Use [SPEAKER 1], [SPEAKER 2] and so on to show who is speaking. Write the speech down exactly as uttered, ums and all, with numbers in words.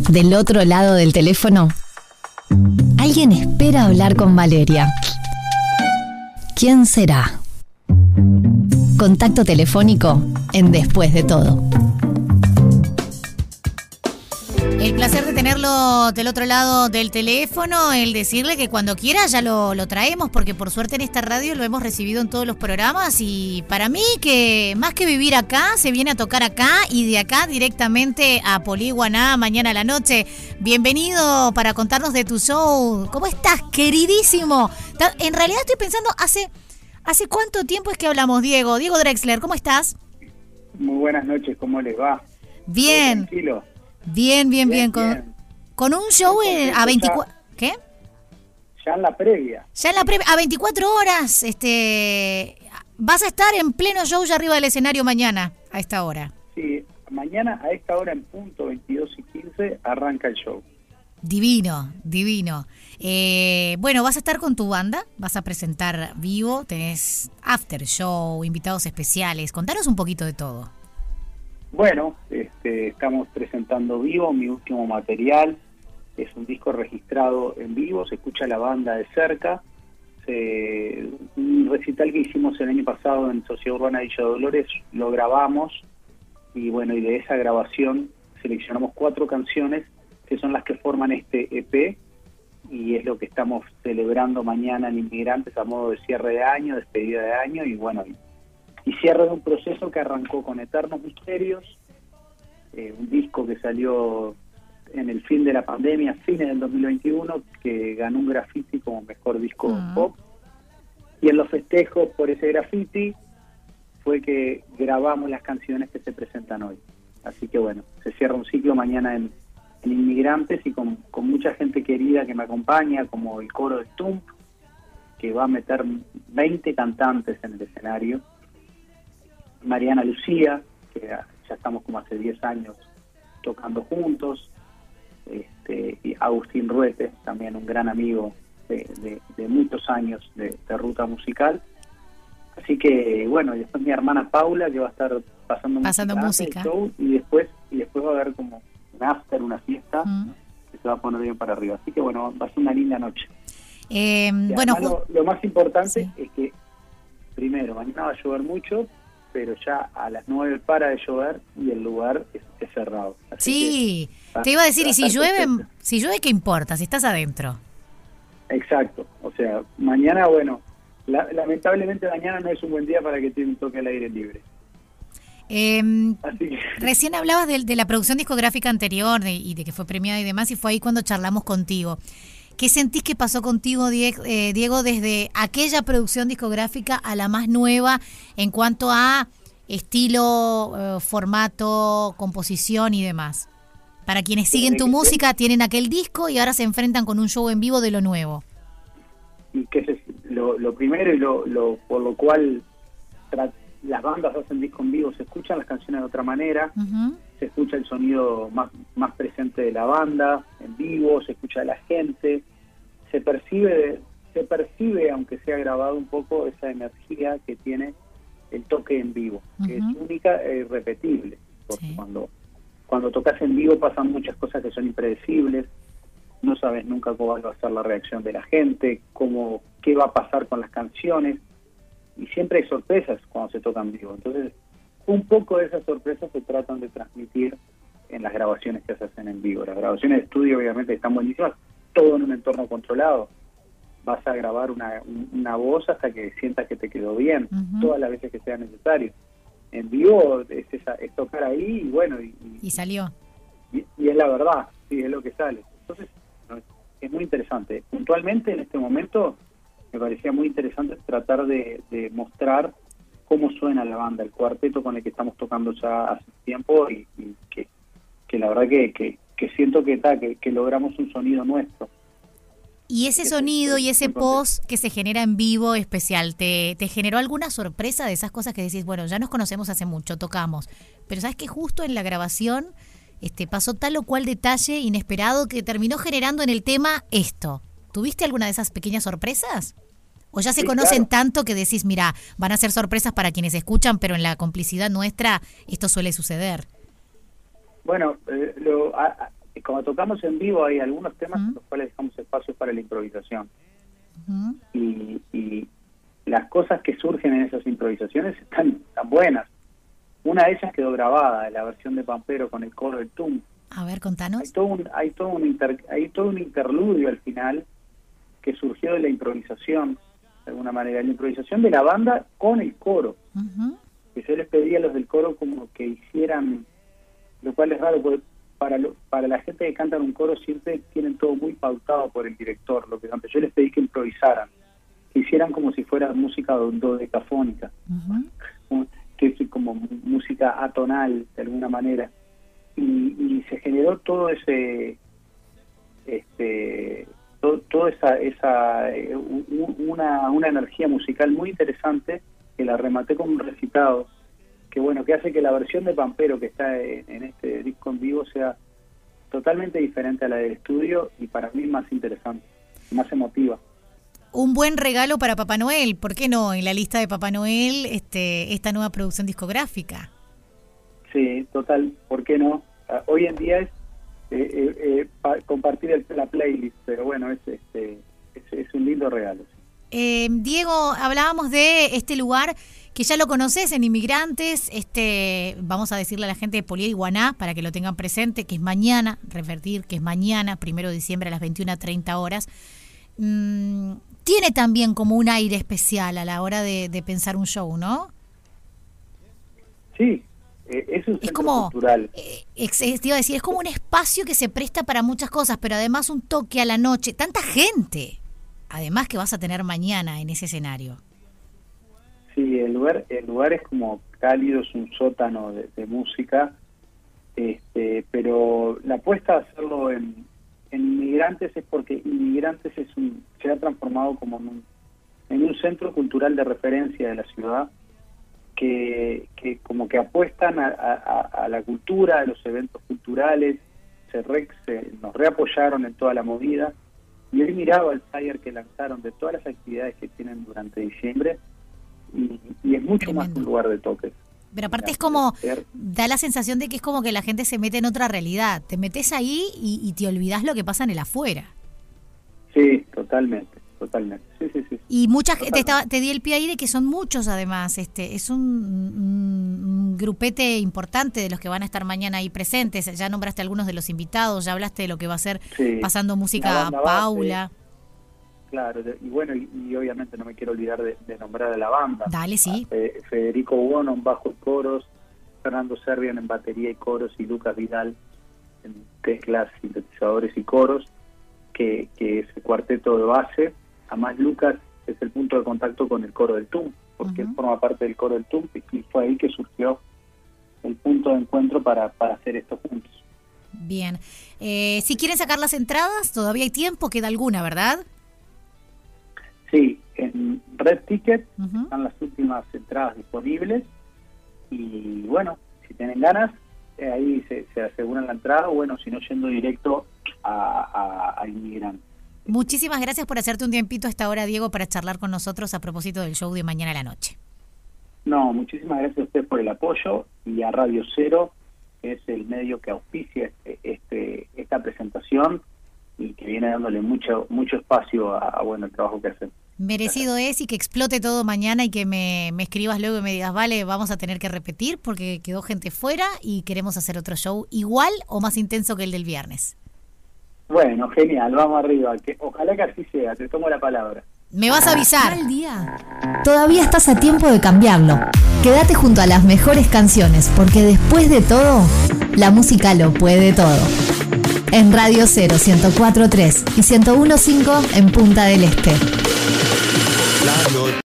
[SPEAKER 1] Del otro lado del teléfono, alguien espera hablar con Valeria. ¿Quién será? Contacto telefónico en Después de Todo.
[SPEAKER 2] El placer de tenerlo del otro lado del teléfono, el decirle que cuando quiera ya lo, lo traemos, porque por suerte en esta radio lo hemos recibido en todos los programas y para mí que más que vivir acá, se viene a tocar acá y de acá directamente a Políguaná mañana a la noche. Bienvenido para contarnos de tu show. ¿Cómo estás, queridísimo? En realidad estoy pensando, ¿hace, hace cuánto tiempo es que hablamos, Diego? Diego Drexler, ¿cómo estás?
[SPEAKER 3] Muy buenas noches, ¿cómo les va?
[SPEAKER 2] Bien.
[SPEAKER 3] Tranquilo.
[SPEAKER 2] Bien, bien, bien.
[SPEAKER 3] Bien,
[SPEAKER 2] Con,
[SPEAKER 3] bien.
[SPEAKER 2] con un show en, a veinticuatro... ¿Qué?
[SPEAKER 3] Ya en la previa.
[SPEAKER 2] Ya en la previa, a veinticuatro horas, este, vas a estar en pleno show ya arriba del escenario mañana, a esta hora.
[SPEAKER 3] Sí, mañana a esta hora en punto, veintidós y quince, arranca el show.
[SPEAKER 2] Divino, divino. Eh, bueno, vas a estar con tu banda, vas a presentar vivo, tenés after show, invitados especiales. Contanos un poquito de todo.
[SPEAKER 3] Bueno, este, estamos presentando vivo mi último material. Es un disco registrado en vivo, se escucha la banda de cerca. Se, un recital que hicimos el año pasado en Sociedad Urbana Villa Dolores, lo grabamos y bueno, y de esa grabación seleccionamos cuatro canciones que son las que forman este E P y es lo que estamos celebrando mañana en Inmigrantes a modo de cierre de año, despedida de año y bueno, y, y cierre de un proceso que arrancó con Eternos Misterios, eh, un disco que salió en el fin de la pandemia, fines del dos mil veintiuno, que ganó un Graffiti como mejor disco uh-huh. pop, y en los festejos por ese Graffiti fue que grabamos las canciones que se presentan hoy. Así que bueno, se cierra un ciclo mañana en, en Inmigrantes y con, con mucha gente querida que me acompaña, como el coro de Stump, que va a meter veinte cantantes en el escenario, Mariana Lucía, que ya estamos como hace diez años tocando juntos, este, y Agustín Ruete, también un gran amigo de, de, de muchos años de, de ruta musical. Así que bueno, y después mi hermana Paula, que va a estar pasando,
[SPEAKER 2] pasando
[SPEAKER 3] música,
[SPEAKER 2] música.
[SPEAKER 3] Show, y después y después va a haber como un after, una fiesta
[SPEAKER 2] mm.
[SPEAKER 3] que se va a poner bien para arriba. Así que bueno, va a ser una linda noche.
[SPEAKER 2] Eh, bueno,
[SPEAKER 3] lo, lo más importante
[SPEAKER 2] sí.
[SPEAKER 3] es que primero, mañana va a llover mucho, pero ya a las nueve para de llover y el lugar es, es cerrado. Así
[SPEAKER 2] sí,
[SPEAKER 3] que,
[SPEAKER 2] te iba a decir,
[SPEAKER 3] va
[SPEAKER 2] y si
[SPEAKER 3] estar
[SPEAKER 2] llueve,
[SPEAKER 3] perfecto.
[SPEAKER 2] si llueve, ¿qué importa? Si estás adentro.
[SPEAKER 3] Exacto, o sea, mañana, bueno, la, lamentablemente mañana no es un buen día para que te un toque al aire libre.
[SPEAKER 2] Eh,
[SPEAKER 3] Así que...
[SPEAKER 2] Recién hablabas de, de la producción discográfica anterior de, y de que fue premiada y demás, y fue ahí cuando charlamos contigo. ¿Qué sentís que pasó contigo, Diego, eh, Diego, desde aquella producción discográfica a la más nueva en cuanto a estilo, eh, formato, composición y demás? Para quienes siguen tu música, tienen aquel disco y ahora se enfrentan con un show en vivo de lo nuevo.
[SPEAKER 3] Y que es lo, lo primero y lo, lo por lo cual tra- las bandas hacen disco en vivo, se escuchan las canciones de otra manera, uh-huh. se escucha el sonido más, más presente de la banda en vivo, se escucha de la gente, se percibe, se percibe, aunque sea grabado un poco, esa energía que tiene el toque en vivo, uh-huh. que es única e irrepetible, porque sí. cuando, cuando tocas en vivo pasan muchas cosas que son impredecibles, no sabes nunca cómo va a ser la reacción de la gente, cómo, qué va a pasar con las canciones, y siempre hay sorpresas cuando se tocan en vivo. Entonces, un poco de esas sorpresas se tratan de transmitir en las grabaciones que se hacen en vivo. Las grabaciones de estudio obviamente están buenísimas, todo en un entorno controlado. Vas a grabar una, una voz hasta que sientas que te quedó bien, uh-huh. todas las veces que sea necesario. En vivo es, esa, es tocar ahí y bueno... Y, y,
[SPEAKER 2] y salió.
[SPEAKER 3] Y, y es la verdad, sí, es lo que sale. Entonces, es muy interesante. Puntualmente, en este momento, me parecía muy interesante tratar de, de mostrar cómo suena la banda, el cuarteto con el que estamos tocando ya hace tiempo y, y que, que la verdad que, que, que siento que, ta, que, que logramos un sonido nuestro.
[SPEAKER 2] Y ese sonido y ese post que se genera en vivo especial, ¿te, ¿te generó alguna sorpresa de esas cosas que decís, bueno, ya nos conocemos hace mucho, tocamos, pero sabes que justo en la grabación este, pasó tal o cual detalle inesperado que terminó generando en el tema esto? ¿Tuviste alguna de esas pequeñas sorpresas? ¿O ya se sí, conocen claro. tanto que decís, mira, van a ser sorpresas para quienes escuchan, pero en la complicidad nuestra esto suele suceder?
[SPEAKER 3] Bueno, eh, lo, a, a, Y cuando tocamos en vivo hay algunos temas
[SPEAKER 2] Uh-huh.
[SPEAKER 3] en los cuales dejamos espacio para la improvisación.
[SPEAKER 2] Uh-huh.
[SPEAKER 3] Y, y las cosas que surgen en esas improvisaciones están tan buenas. Una de ellas quedó grabada, la versión de Pampero con el coro del Tum.
[SPEAKER 2] A ver, contanos.
[SPEAKER 3] Hay todo un, hay todo un inter, hay todo un interludio al final que surgió de la improvisación, de alguna manera, la improvisación de la banda con el coro.
[SPEAKER 2] Uh-huh.
[SPEAKER 3] Que yo les pedí a los del coro como que hicieran, lo cual es raro, porque para lo, para la gente que canta en un coro siempre tienen todo muy pautado por el director, lo que antes yo les pedí que improvisaran, que hicieran como si fuera música dodecafónica,
[SPEAKER 2] Uh-huh.
[SPEAKER 3] que es como música atonal de alguna manera, y, y se generó todo ese este todo, toda esa esa eh, un, una una energía musical muy interesante que la rematé con un recitado que bueno que hace que la versión de Pampero que está en, en este disco en vivo sea totalmente diferente a la del estudio y para mí más interesante, más emotiva.
[SPEAKER 2] Un buen regalo para Papá Noel, ¿por qué no? En la lista de Papá Noel, este, esta nueva producción discográfica.
[SPEAKER 3] Sí, total, ¿por qué no? Uh, hoy en día es eh, eh, eh, pa- compartir el, la playlist, pero bueno, es, este, es, es un lindo regalo. Sí.
[SPEAKER 2] Eh, Diego, hablábamos de este lugar que ya lo conoces en Inmigrantes, este, vamos a decirle a la gente de Polié y Guaná para que lo tengan presente, que es mañana, revertir, que es mañana, primero de diciembre a las veintiuna treinta horas. Mm, tiene también como un aire especial a la hora de, de pensar un show, ¿no?
[SPEAKER 3] Sí, eh, es un centro
[SPEAKER 2] Es como,
[SPEAKER 3] cultural.
[SPEAKER 2] eh, ex- eh, te iba a decir, es como un espacio que se presta para muchas cosas, pero además un toque a la noche, tanta gente, además que vas a tener mañana en ese escenario.
[SPEAKER 3] Sí, el lugar, el lugar es como cálido, es un sótano de, de música, este, pero la apuesta a hacerlo en, en Inmigrantes es porque Inmigrantes es un, se ha transformado como en un, en un centro cultural de referencia de la ciudad, que, que como que apuestan a, a, a la cultura, a los eventos culturales, se, re, se nos reapoyaron en toda la movida, y hoy miraba el flyer que lanzaron de todas las actividades que tienen durante diciembre, y, y es mucho
[SPEAKER 2] Tremendo.
[SPEAKER 3] más que un lugar de toques.
[SPEAKER 2] Pero aparte
[SPEAKER 3] Mira,
[SPEAKER 2] es como,
[SPEAKER 3] ser-
[SPEAKER 2] da la sensación de que es como que la gente se mete en otra realidad. Te metes ahí y, y te olvidás lo que pasa en el afuera.
[SPEAKER 3] Sí, totalmente, totalmente. Sí, sí, sí.
[SPEAKER 2] Y mucha gente, te,
[SPEAKER 3] Totalmente.
[SPEAKER 2] estaba- te di el pie ahí de que son muchos además. Este, es un, un- un grupete importante de los que van a estar mañana ahí presentes. Ya nombraste algunos de los invitados, ya hablaste de lo que va a ser
[SPEAKER 3] Sí.
[SPEAKER 2] pasando
[SPEAKER 3] La
[SPEAKER 2] música
[SPEAKER 3] banda
[SPEAKER 2] Paula.
[SPEAKER 3] base, claro, de- y bueno, y, y obviamente no me quiero olvidar de, de nombrar a la banda.
[SPEAKER 2] Dale, sí.
[SPEAKER 3] A Fe- Federico Bono en bajo y coros, Fernando Servian en batería y coros y Lucas Vidal en teclas, sintetizadores y coros, que, que es el cuarteto de base. Además Lucas es el punto de contacto con el coro del Tum, porque
[SPEAKER 2] Ujú.
[SPEAKER 3] él forma parte del coro del Tum y fue ahí que surgió el punto de encuentro para, para hacer esto juntos.
[SPEAKER 2] Bien. Eh, si quieren sacar las entradas, todavía hay tiempo, queda alguna, ¿verdad?
[SPEAKER 3] Sí, en Red Ticket
[SPEAKER 2] Ujú.
[SPEAKER 3] están las últimas entradas disponibles y bueno, si tienen ganas, eh, ahí se, se aseguran la entrada o bueno, si no yendo directo a, a, a Inmigrantes.
[SPEAKER 2] Muchísimas gracias por hacerte un tiempito a esta hora, Diego, para charlar con nosotros a propósito del show de mañana a la noche.
[SPEAKER 3] No, muchísimas gracias a ustedes por el apoyo y a Radio Cero, que es el medio que auspicia este, este, esta presentación y que viene dándole mucho mucho espacio a, a bueno el trabajo que hacen.
[SPEAKER 2] Merecido es y que explote todo mañana y que me, me escribas luego y me digas, vale, vamos a tener que repetir porque quedó gente fuera y queremos hacer otro show igual o más intenso que el del viernes.
[SPEAKER 3] Bueno, genial, vamos arriba, que ojalá que así sea, te tomo la palabra.
[SPEAKER 2] Me vas a avisar.
[SPEAKER 1] Mal día. Todavía estás a tiempo de cambiarlo. Quédate junto a las mejores canciones, porque después de todo, la música lo puede todo. En Radio Cero ciento cuatro punto tres y ciento uno punto cinco en Punta del Este.